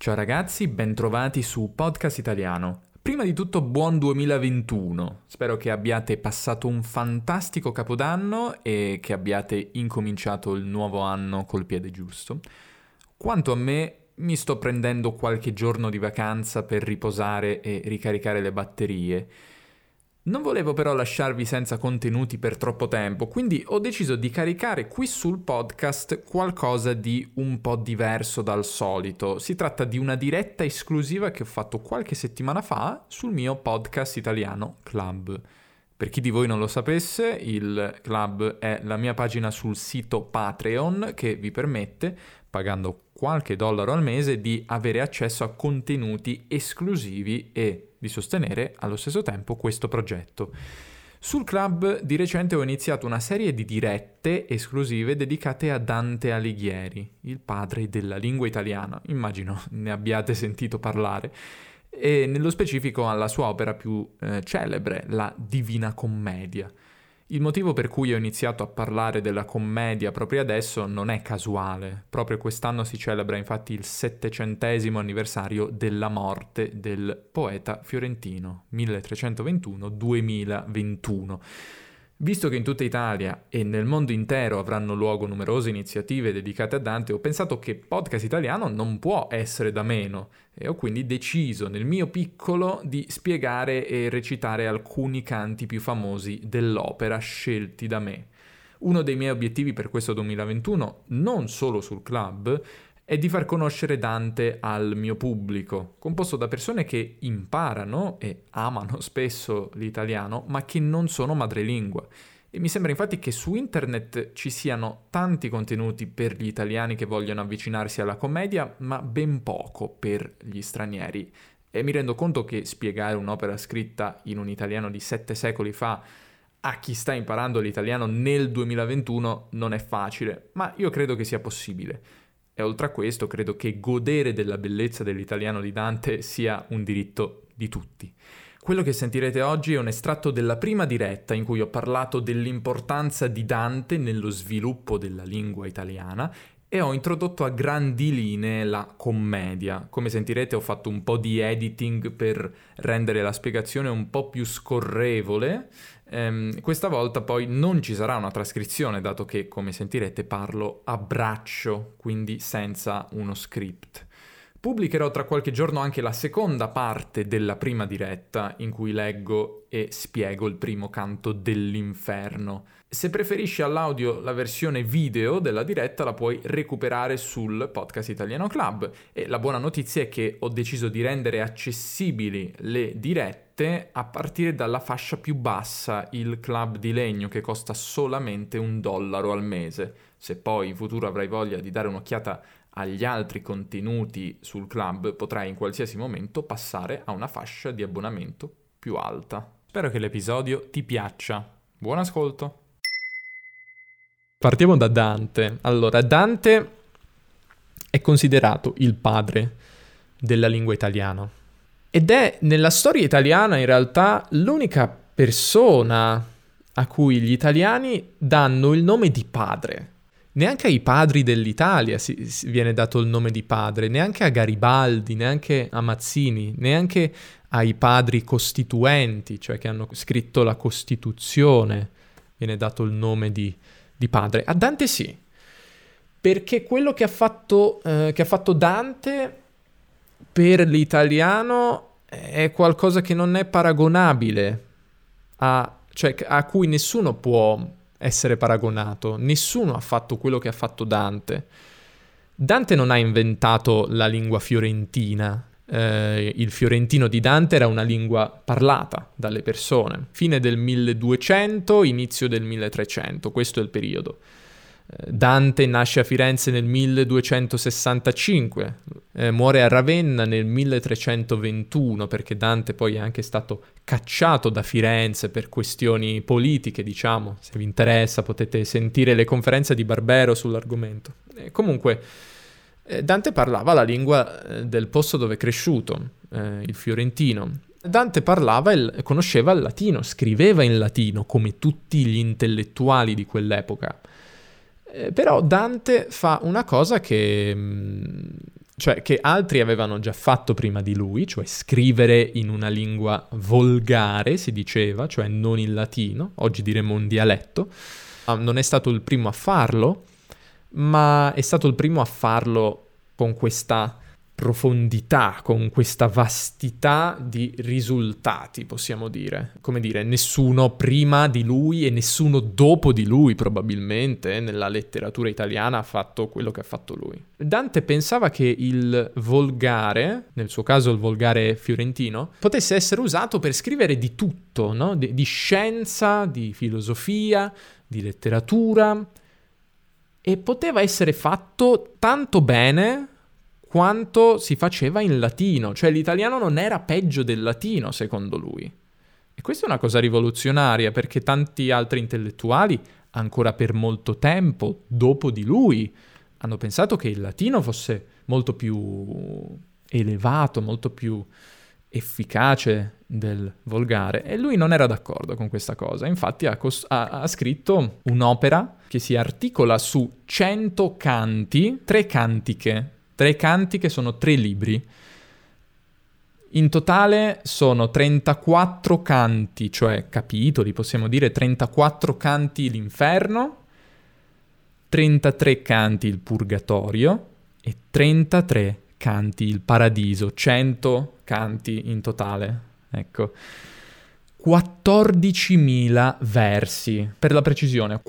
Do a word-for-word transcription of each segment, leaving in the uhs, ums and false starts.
Ciao ragazzi, bentrovati su Podcast Italiano. Prima di tutto buon duemilaventuno, spero che abbiate passato un fantastico capodanno e che abbiate incominciato il nuovo anno col piede giusto. Quanto a me, mi sto prendendo qualche giorno di vacanza per riposare e ricaricare le batterie. Non volevo però lasciarvi senza contenuti per troppo tempo, quindi ho deciso di caricare qui sul podcast qualcosa di un po' diverso dal solito. Si tratta di una diretta esclusiva che ho fatto qualche settimana fa sul mio podcast italiano Club. Per chi di voi non lo sapesse, il Club è la mia pagina sul sito Patreon che vi permette, pagando qualche dollaro al mese, di avere accesso a contenuti esclusivi e di sostenere allo stesso tempo questo progetto. Sul Club di recente ho iniziato una serie di dirette esclusive dedicate a Dante Alighieri, il padre della lingua italiana. Immagino ne abbiate sentito parlare. E nello specifico alla sua opera più eh, celebre, la Divina Commedia. Il motivo per cui ho iniziato a parlare della commedia proprio adesso non è casuale. Proprio quest'anno si celebra infatti il settecentesimo anniversario della morte del poeta fiorentino, milletrecentoventuno duemilaventuno. Visto che in tutta Italia e nel mondo intero avranno luogo numerose iniziative dedicate a Dante, ho pensato che Podcast Italiano non può essere da meno e ho quindi deciso nel mio piccolo di spiegare e recitare alcuni canti più famosi dell'opera scelti da me. Uno dei miei obiettivi per questo duemilaventuno, non solo sul Club, è di far conoscere Dante al mio pubblico, composto da persone che imparano e amano spesso l'italiano, ma che non sono madrelingua. E mi sembra infatti che su internet ci siano tanti contenuti per gli italiani che vogliono avvicinarsi alla commedia, ma ben poco per gli stranieri. E mi rendo conto che spiegare un'opera scritta in un italiano di sette secoli fa a chi sta imparando l'italiano nel duemilaventuno non è facile, ma io credo che sia possibile. E oltre a questo, credo che godere della bellezza dell'italiano di Dante sia un diritto di tutti. Quello che sentirete oggi è un estratto della prima diretta in cui ho parlato dell'importanza di Dante nello sviluppo della lingua italiana e ho introdotto a grandi linee la commedia. Come sentirete ho fatto un po' di editing per rendere la spiegazione un po' più scorrevole. Ehm, questa volta poi non ci sarà una trascrizione, dato che, come sentirete, parlo a braccio, quindi senza uno script. Pubblicherò tra qualche giorno anche la seconda parte della prima diretta, in cui leggo e spiego il primo canto dell'inferno. Se preferisci all'audio la versione video della diretta, la puoi recuperare sul Podcast Italiano Club. E la buona notizia è che ho deciso di rendere accessibili le dirette a partire dalla fascia più bassa, il Club di legno, che costa solamente un dollaro al mese. Se poi in futuro avrai voglia di dare un'occhiata agli altri contenuti sul Club, potrai in qualsiasi momento passare a una fascia di abbonamento più alta. Spero che l'episodio ti piaccia. Buon ascolto! Partiamo da Dante. Allora, Dante è considerato il padre della lingua italiana ed è nella storia italiana in realtà l'unica persona a cui gli italiani danno il nome di padre. Neanche ai padri dell'Italia si, si viene dato il nome di padre, neanche a Garibaldi, neanche a Mazzini, neanche ai padri costituenti, cioè che hanno scritto la Costituzione, viene dato il nome di, di padre. A Dante sì, perché quello che ha fatto, eh, che ha fatto Dante per l'italiano è qualcosa che non è paragonabile, a, cioè a cui nessuno può essere paragonato. Nessuno ha fatto quello che ha fatto Dante. Dante non ha inventato la lingua fiorentina. Eh, il fiorentino di Dante era una lingua parlata dalle persone. Fine del milleduecento, inizio del milletrecento, questo è il periodo. Dante nasce a Firenze nel milleduecentosessantacinque, eh, muore a Ravenna nel milletrecentoventuno, perché Dante poi è anche stato cacciato da Firenze per questioni politiche, diciamo. Se vi interessa potete sentire le conferenze di Barbero sull'argomento. Eh, comunque, eh, Dante parlava la lingua eh, del posto dove è cresciuto, eh, il fiorentino. Dante parlava e conosceva il latino, scriveva in latino, come tutti gli intellettuali di quell'epoca. Eh, però Dante fa una cosa che mh, cioè che altri avevano già fatto prima di lui, cioè scrivere in una lingua volgare, si diceva, cioè non il latino, oggi diremmo un dialetto. Non è stato il primo a farlo, ma è stato il primo a farlo con questa profondità, con questa vastità di risultati, possiamo dire. Come dire, nessuno prima di lui e nessuno dopo di lui probabilmente nella letteratura italiana ha fatto quello che ha fatto lui. Dante pensava che il volgare, nel suo caso il volgare fiorentino, potesse essere usato per scrivere di tutto, no? Di, di scienza, di filosofia, di letteratura, e poteva essere fatto tanto bene quanto si faceva in latino, cioè l'italiano non era peggio del latino secondo lui. E questa è una cosa rivoluzionaria, perché tanti altri intellettuali ancora per molto tempo dopo di lui hanno pensato che il latino fosse molto più elevato, molto più efficace del volgare, e lui non era d'accordo con questa cosa. Infatti ha, cos- ha, ha scritto un'opera che si articola su cento canti, tre cantiche. Tre cantiche sono tre libri. In totale sono trentaquattro canti, cioè capitoli, possiamo dire trentaquattro canti l'inferno, trentatré canti il purgatorio e trentatré canti il paradiso, cento canti in totale, ecco. quattordicimila versi, per la precisione,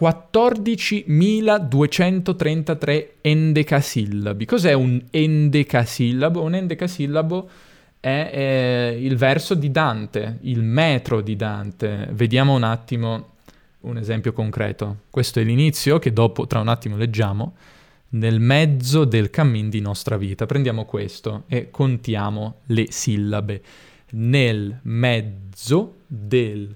quattordicimiladuecentotrentatré endecasillabi. Cos'è un endecasillabo? Un endecasillabo è eh, il verso di Dante, il metro di Dante. Vediamo un attimo un esempio concreto. Questo è l'inizio, che dopo, tra un attimo, leggiamo. Nel mezzo del cammin di nostra vita. Prendiamo questo e contiamo le sillabe. Nel mezzo del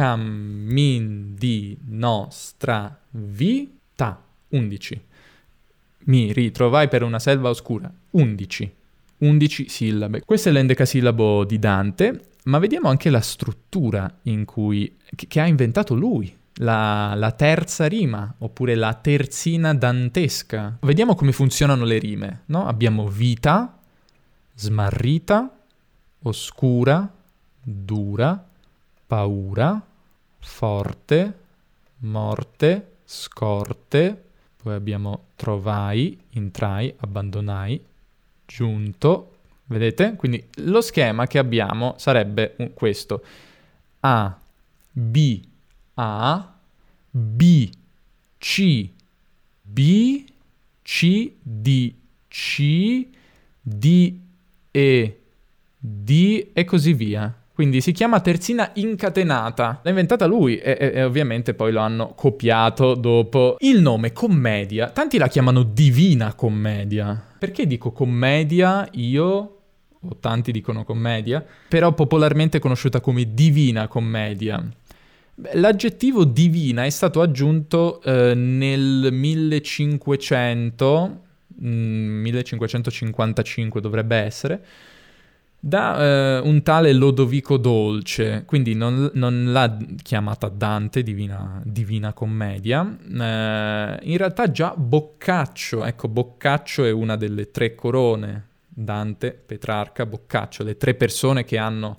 cammin di nostra vita. undici. Mi ritrovai per una selva oscura. undici. undici sillabe. Questo è l'endecasillabo di Dante, ma vediamo anche la struttura in cui che, che ha inventato lui. La, la terza rima, oppure la terzina dantesca. Vediamo come funzionano le rime, no? Abbiamo vita, smarrita, oscura, dura, paura, forte, morte, scorte, poi abbiamo trovai, intrai, abbandonai, giunto, vedete? Quindi lo schema che abbiamo sarebbe questo: A, B, A, B, C, B, C, D, C, D, E, D e così via. Quindi si chiama terzina incatenata. L'ha inventata lui e, e, e ovviamente poi lo hanno copiato dopo. Il nome commedia, tanti la chiamano Divina Commedia. Perché dico commedia? Io, o tanti dicono commedia, però popolarmente conosciuta come Divina Commedia. L'aggettivo divina è stato aggiunto eh, nel millecinquecento, mm, millecinquecentocinquantacinque dovrebbe essere, da eh, un tale Lodovico Dolce, quindi non, non l'ha chiamata Dante, Divina, Divina Commedia, eh, in realtà già Boccaccio, ecco Boccaccio è una delle tre corone, Dante, Petrarca, Boccaccio, le tre persone che hanno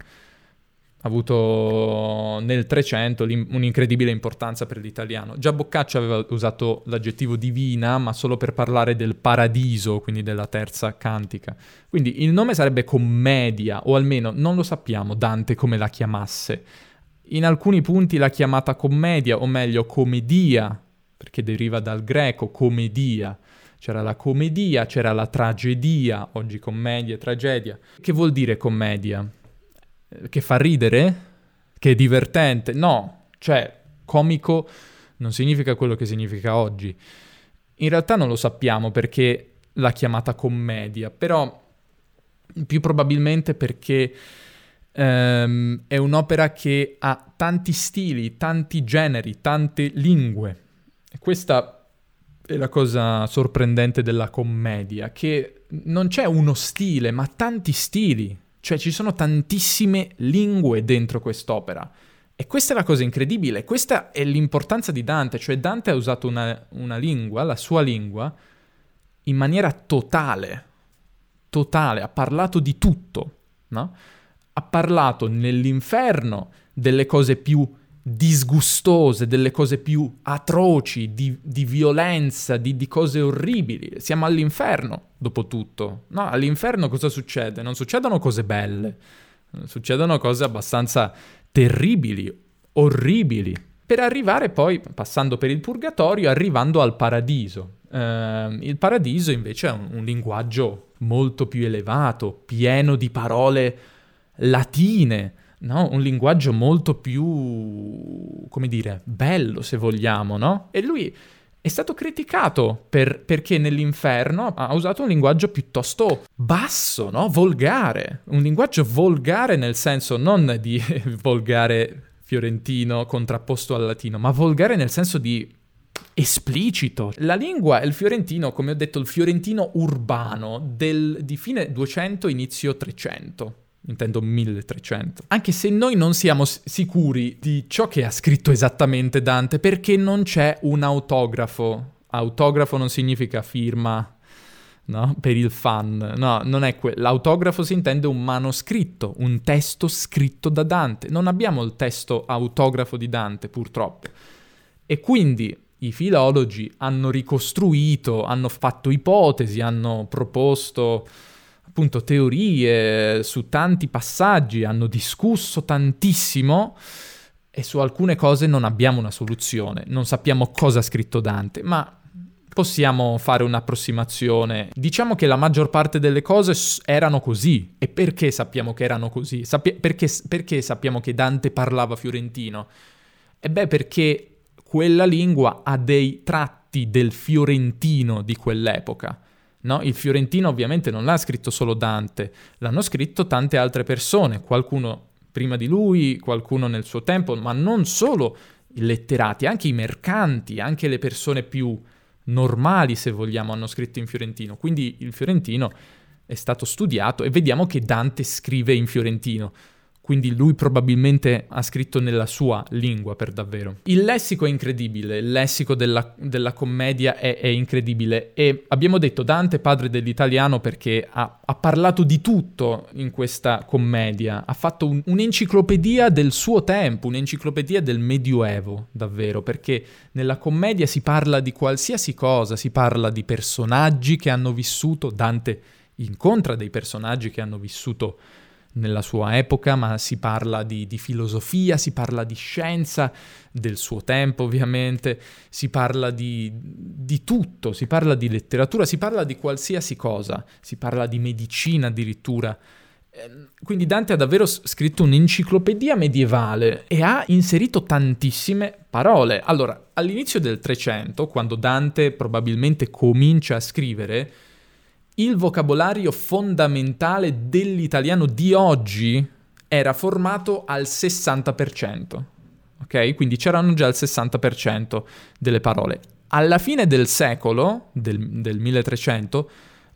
avuto nel Trecento un'incredibile importanza per l'italiano. Già Boccaccio aveva usato l'aggettivo divina, ma solo per parlare del paradiso, quindi della terza cantica. Quindi il nome sarebbe commedia, o almeno non lo sappiamo Dante come la chiamasse. In alcuni punti l'ha chiamata commedia, o meglio comedia, perché deriva dal greco comedia. C'era la commedia, c'era la tragedia, oggi commedia e tragedia. Che vuol dire commedia? Che fa ridere? Che è divertente? No, cioè comico non significa quello che significa oggi. In realtà non lo sappiamo perché l'ha chiamata commedia, però più probabilmente perché ehm, è un'opera che ha tanti stili, tanti generi, tante lingue. E questa è la cosa sorprendente della commedia, che non c'è uno stile, ma tanti stili. Cioè ci sono tantissime lingue dentro quest'opera. E questa è la cosa incredibile. Questa è l'importanza di Dante. Cioè Dante ha usato una, una lingua, la sua lingua, in maniera totale. totale, ha parlato di tutto, no? Ha parlato nell'inferno delle cose più disgustose, delle cose più atroci, di, di violenza, di, di cose orribili. Siamo all'inferno, dopo tutto. No, all'inferno cosa succede? Non succedono cose belle, succedono cose abbastanza terribili, orribili, per arrivare poi, passando per il purgatorio, arrivando al paradiso. Uh, il paradiso invece è un, un linguaggio molto più elevato, pieno di parole latine, no? Un linguaggio molto più, come dire, bello, se vogliamo, no? E lui è stato criticato per, perché nell'inferno ha usato un linguaggio piuttosto basso, no? Volgare. Un linguaggio volgare nel senso non di volgare fiorentino contrapposto al latino, ma volgare nel senso di esplicito. La lingua è il fiorentino, come ho detto, il fiorentino urbano del, di fine duecento, inizio trecento. Intendo milletrecento. Anche se noi non siamo sicuri di ciò che ha scritto esattamente Dante, perché non c'è un autografo. Autografo non significa firma, no? Per il fan. No, non è quello. L'autografo si intende un manoscritto, un testo scritto da Dante. Non abbiamo il testo autografo di Dante, purtroppo. E quindi i filologi hanno ricostruito, hanno fatto ipotesi, hanno proposto appunto teorie su tanti passaggi, hanno discusso tantissimo e su alcune cose non abbiamo una soluzione, non sappiamo cosa ha scritto Dante, ma possiamo fare un'approssimazione. Diciamo che la maggior parte delle cose erano così. E perché sappiamo che erano così? Sappi- perché, perché sappiamo che Dante parlava fiorentino? E beh, perché quella lingua ha dei tratti del fiorentino di quell'epoca. No, il fiorentino ovviamente non l'ha scritto solo Dante, l'hanno scritto tante altre persone, qualcuno prima di lui, qualcuno nel suo tempo, ma non solo i letterati, anche i mercanti, anche le persone più normali, se vogliamo, hanno scritto in fiorentino. Quindi il fiorentino è stato studiato e vediamo che Dante scrive in fiorentino. Quindi lui probabilmente ha scritto nella sua lingua per davvero. Il lessico è incredibile, il lessico della, della commedia è, è incredibile e abbiamo detto Dante padre dell'italiano perché ha, ha parlato di tutto in questa commedia, ha fatto un, un'enciclopedia del suo tempo, un'enciclopedia del Medioevo davvero, perché nella commedia si parla di qualsiasi cosa, si parla di personaggi che hanno vissuto, Dante incontra dei personaggi che hanno vissuto nella sua epoca, ma si parla di, di filosofia, si parla di scienza del suo tempo ovviamente, si parla di, di tutto, si parla di letteratura, si parla di qualsiasi cosa, si parla di medicina addirittura. Quindi Dante ha davvero scritto un'enciclopedia medievale e ha inserito tantissime parole. Allora, all'inizio del Trecento, quando Dante probabilmente comincia a scrivere, il vocabolario fondamentale dell'italiano di oggi era formato al sessanta per cento, ok? Quindi c'erano già il sessanta per cento delle parole. Alla fine del secolo, del, del milletrecento,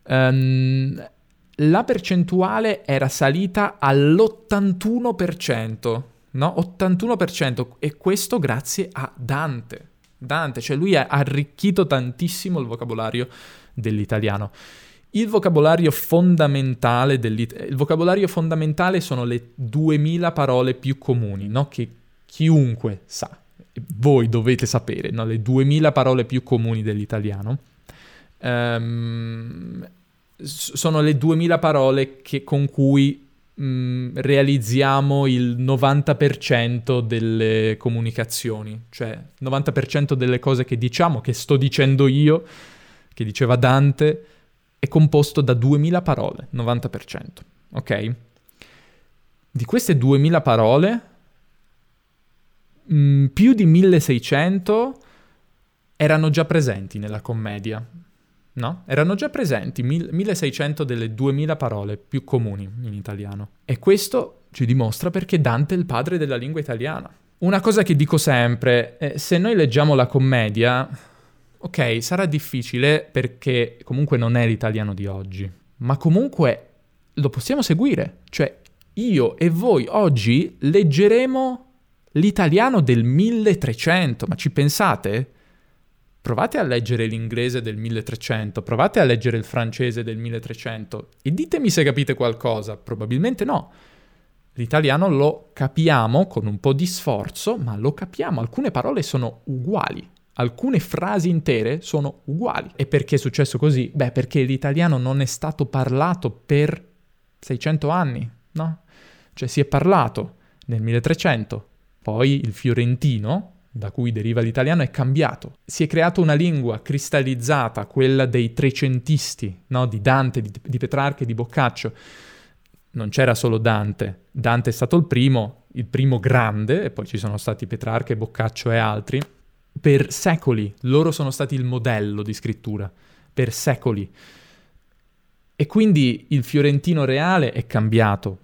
um, la percentuale era salita all'ottantuno per cento, no? ottantuno per cento, e questo grazie a Dante. Dante, cioè lui ha arricchito tantissimo il vocabolario dell'italiano. Il vocabolario fondamentale dell'it- il vocabolario fondamentale sono le duemila parole più comuni, no? Che chiunque sa, voi dovete sapere, no? Le duemila parole più comuni dell'italiano. Um, sono le duemila parole che, con cui mh, realizziamo il novanta per cento delle comunicazioni, cioè il novanta per cento delle cose che diciamo, che sto dicendo io, che diceva Dante, è composto da duemila parole, novanta per cento, ok? Di queste duemila parole, mh, più di milleseicento erano già presenti nella commedia, no? Erano già presenti mil- milleseicento delle duemila parole più comuni in italiano. E questo ci dimostra perché Dante è il padre della lingua italiana. Una cosa che dico sempre, eh, se noi leggiamo la commedia, ok, sarà difficile perché comunque non è l'italiano di oggi, ma comunque lo possiamo seguire. Cioè, io e voi oggi leggeremo l'italiano del milletrecento, ma ci pensate? Provate a leggere l'inglese del milletrecento, provate a leggere il francese del milletrecento e ditemi se capite qualcosa. Probabilmente no. L'italiano lo capiamo con un po' di sforzo, ma lo capiamo. Alcune parole sono uguali, alcune frasi intere sono uguali. E perché è successo così? Beh, perché l'italiano non è stato parlato per seicento anni, no? Cioè si è parlato nel milletrecento, poi il fiorentino, da cui deriva l'italiano, è cambiato. Si è creata una lingua cristallizzata, quella dei trecentisti, no? Di Dante, di, di Petrarca e di Boccaccio. Non c'era solo Dante. Dante è stato il primo, il primo grande, e poi ci sono stati Petrarca e Boccaccio e altri. Per secoli loro sono stati il modello di scrittura, per secoli. E quindi il fiorentino reale è cambiato,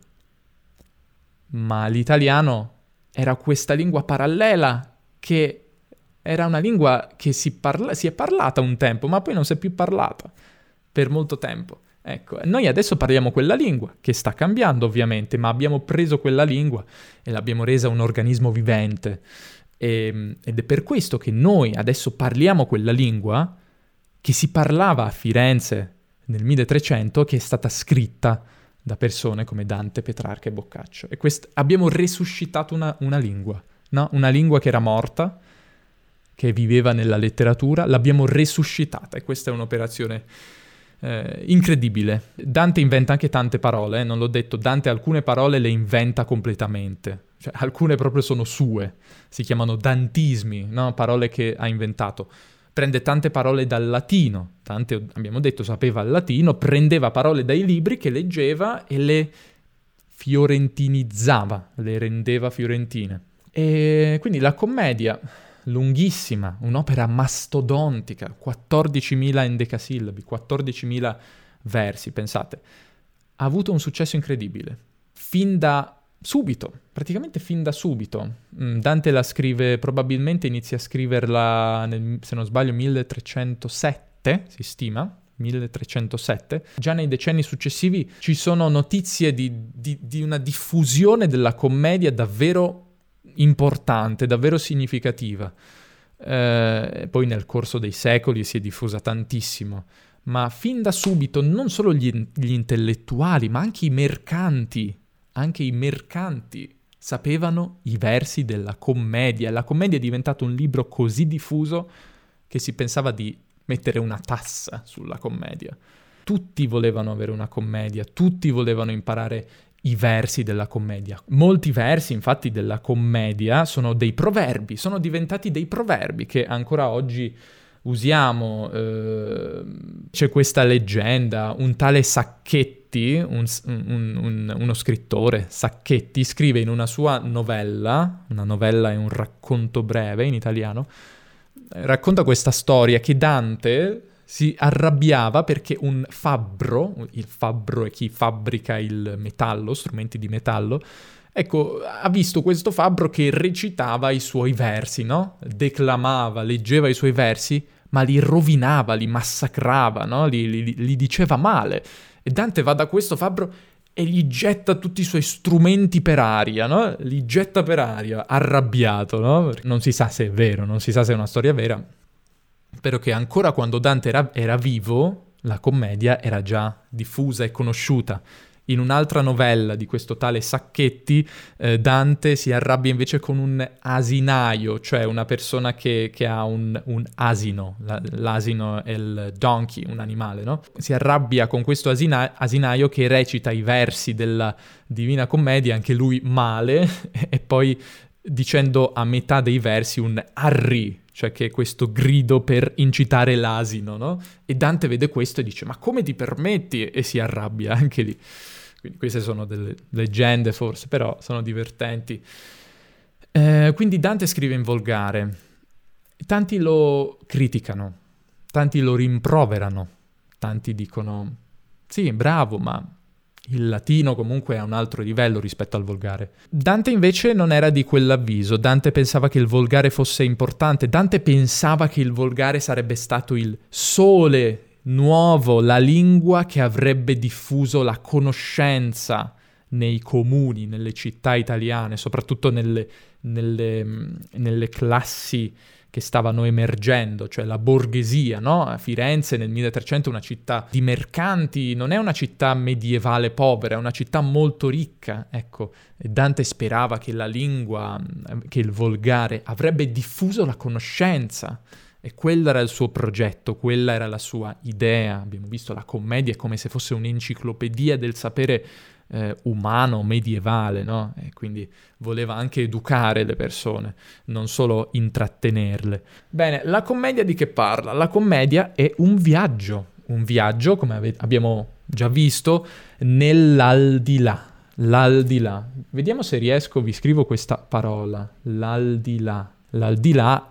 ma l'italiano era questa lingua parallela che era una lingua che si, parla- si è parlata un tempo, ma poi non si è più parlata per molto tempo. Ecco, noi adesso parliamo quella lingua, che sta cambiando ovviamente, ma abbiamo preso quella lingua e l'abbiamo resa un organismo vivente. E, ed è per questo che noi adesso parliamo quella lingua che si parlava a Firenze nel milletrecento, che è stata scritta da persone come Dante, Petrarca e Boccaccio. E quest- abbiamo resuscitato una, una lingua, no? Una lingua che era morta, che viveva nella letteratura, l'abbiamo resuscitata, e questa è un'operazione eh, incredibile. Dante inventa anche tante parole, eh? Non l'ho detto, Dante alcune parole le inventa completamente, cioè alcune proprio sono sue, si chiamano dantismi, no? Parole che ha inventato. Prende tante parole dal latino, tante, abbiamo detto, sapeva il latino, prendeva parole dai libri che leggeva e le fiorentinizzava, le rendeva fiorentine. E quindi la commedia, lunghissima, un'opera mastodontica, quattordicimila endecasillabi, quattordicimila versi, pensate, ha avuto un successo incredibile, fin da subito, praticamente fin da subito. Dante la scrive, probabilmente inizia a scriverla, nel, se non sbaglio, milletrecentosette, si stima, milletrecentosette. Già nei decenni successivi ci sono notizie di, di, di una diffusione della commedia davvero importante, davvero significativa. Eh, poi nel corso dei secoli si è diffusa tantissimo, ma fin da subito non solo gli, gli intellettuali, ma anche i mercanti, anche i mercanti sapevano i versi della commedia. La commedia è diventato un libro così diffuso che si pensava di mettere una tassa sulla commedia. Tutti volevano avere una commedia, tutti volevano imparare i versi della commedia. Molti versi, infatti, della commedia sono dei proverbi, sono diventati dei proverbi che ancora oggi usiamo. Eh, c'è questa leggenda, un tale Sacchetti, un, un, un, uno scrittore, Sacchetti, scrive in una sua novella, una novella è un racconto breve in italiano, racconta questa storia che Dante si arrabbiava perché un fabbro, il fabbro è chi fabbrica il metallo, strumenti di metallo, ecco, ha visto questo fabbro che recitava i suoi versi, no? Declamava, leggeva i suoi versi, ma li rovinava, li massacrava, no? Li, li, li diceva male. E Dante va da questo fabbro e gli getta tutti i suoi strumenti per aria, no? Li getta per aria, arrabbiato, no? Non si sa se è vero, non si sa se è una storia vera. Spero che ancora quando Dante era, era vivo, la commedia era già diffusa e conosciuta. In un'altra novella di questo tale Sacchetti, eh, Dante si arrabbia invece con un asinaio, cioè una persona che, che ha un, un asino. La, l'asino è il donkey, un animale, no? Si arrabbia con questo asina- asinaio che recita i versi della Divina Commedia, anche lui male, e poi dicendo a metà dei versi un arri, cioè che è questo grido per incitare l'asino, no? E Dante vede questo e dice, ma come ti permetti? E si arrabbia anche lì. Quindi queste sono delle leggende forse, però sono divertenti. Eh, quindi Dante scrive in volgare. Tanti lo criticano, tanti lo rimproverano, tanti dicono, sì, bravo, ma il latino comunque è a un altro livello rispetto al volgare. Dante invece non era di quell'avviso. Dante pensava che il volgare fosse importante. Dante pensava che il volgare sarebbe stato il sole nuovo, la lingua che avrebbe diffuso la conoscenza nei comuni, nelle città italiane, soprattutto nelle, nelle, nelle classi che stavano emergendo, cioè la borghesia, no? Firenze nel milletrecento è una città di mercanti, non è una città medievale povera, è una città molto ricca, ecco. E Dante sperava che la lingua, che il volgare avrebbe diffuso la conoscenza, e quello era il suo progetto, quella era la sua idea. Abbiamo visto la commedia come se fosse un'enciclopedia del sapere eh, umano, medievale, no? E quindi voleva anche educare le persone, non solo intrattenerle. Bene, la commedia di che parla? La commedia è un viaggio, un viaggio, come ave- abbiamo già visto, nell'aldilà. L'aldilà. Vediamo se riesco, vi scrivo questa parola, l'aldilà. L'aldilà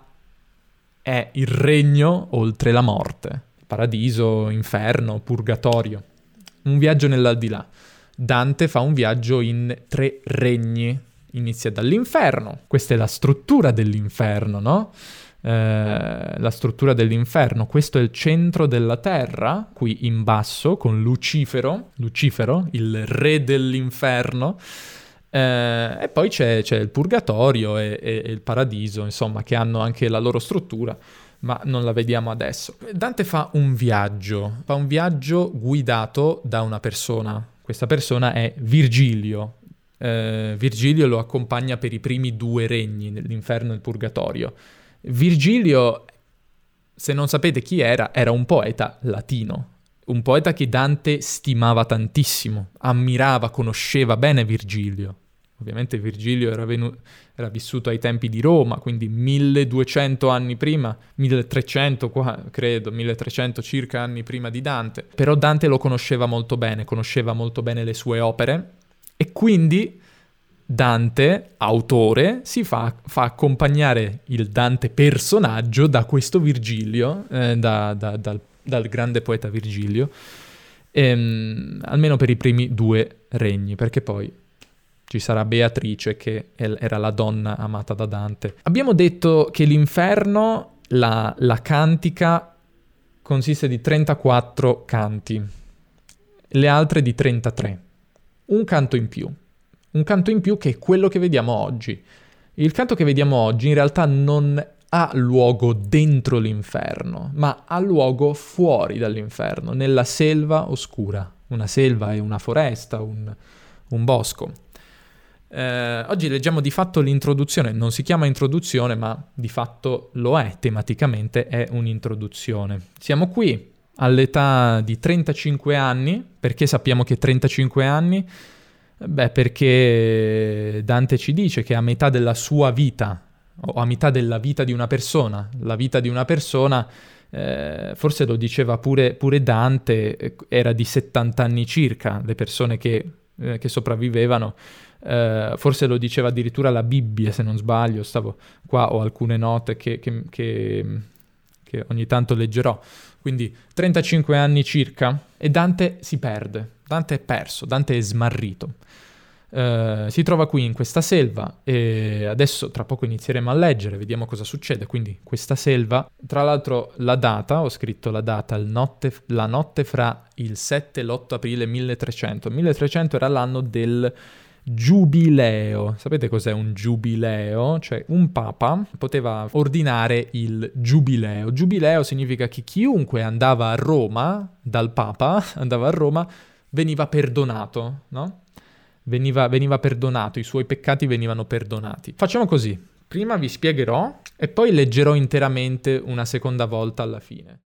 è il regno oltre la morte, paradiso, inferno, purgatorio. Un viaggio nell'aldilà. Dante fa un viaggio in tre regni. Inizia dall'inferno. Questa è la struttura dell'inferno, no? Eh, la struttura dell'inferno. Questo è il centro della terra, qui in basso, con Lucifero, Lucifero, il re dell'inferno. Eh, e poi c'è, c'è il purgatorio e, e, e il paradiso, insomma, che hanno anche la loro struttura, ma non la vediamo adesso. Dante fa un viaggio, fa un viaggio guidato da una persona. Questa persona è Virgilio. Eh, Virgilio lo accompagna per i primi due regni, l'inferno e il purgatorio. Virgilio, se non sapete chi era, era un poeta latino. Un poeta che Dante stimava tantissimo, ammirava, conosceva bene Virgilio. Ovviamente Virgilio era, venu- era vissuto ai tempi di Roma, quindi milleduecento anni prima, milletrecento qua, credo, milletrecento circa anni prima di Dante. Però Dante lo conosceva molto bene, conosceva molto bene le sue opere, e quindi Dante, autore, si fa, fa accompagnare il Dante personaggio da questo Virgilio, eh, da, da, dal dal grande poeta Virgilio, ehm, almeno per i primi due regni, perché poi ci sarà Beatrice, che era la donna amata da Dante. Abbiamo detto che l'inferno, la, la cantica, consiste di trentaquattro canti, le altre di trentatré. Un canto in più. Un canto in più che è quello che vediamo oggi. Il canto che vediamo oggi in realtà non ha luogo dentro l'inferno, ma ha luogo fuori dall'inferno, nella selva oscura. Una selva è una foresta, un, un bosco. Eh, oggi leggiamo di fatto l'introduzione, non si chiama introduzione, ma di fatto lo è, tematicamente è un'introduzione. Siamo qui all'età di trentacinque anni. Perché sappiamo che trentacinque anni? Beh, perché Dante ci dice che a metà della sua vita, o a metà della vita di una persona, la vita di una persona, eh, forse lo diceva pure, pure Dante, eh, era di settanta anni circa, le persone che, eh, che sopravvivevano, eh, forse lo diceva addirittura la Bibbia, se non sbaglio, stavo qua, ho alcune note che, che, che, che ogni tanto leggerò, quindi trentacinque anni circa, e Dante si perde, Dante è perso, Dante è smarrito. Uh, si trova qui in questa selva e adesso tra poco inizieremo a leggere, vediamo cosa succede. Quindi questa selva, tra l'altro la data, ho scritto la data, il notte, la notte fra il sette e l'otto aprile milletrecento. milletrecento era l'anno del giubileo. Sapete cos'è un giubileo? Cioè un papa poteva ordinare il giubileo. Giubileo significa che chiunque andava a Roma, dal papa, andava a Roma, veniva perdonato, no? Veniva, veniva perdonato, i suoi peccati venivano perdonati. Facciamo così, prima vi spiegherò e poi leggerò interamente una seconda volta alla fine.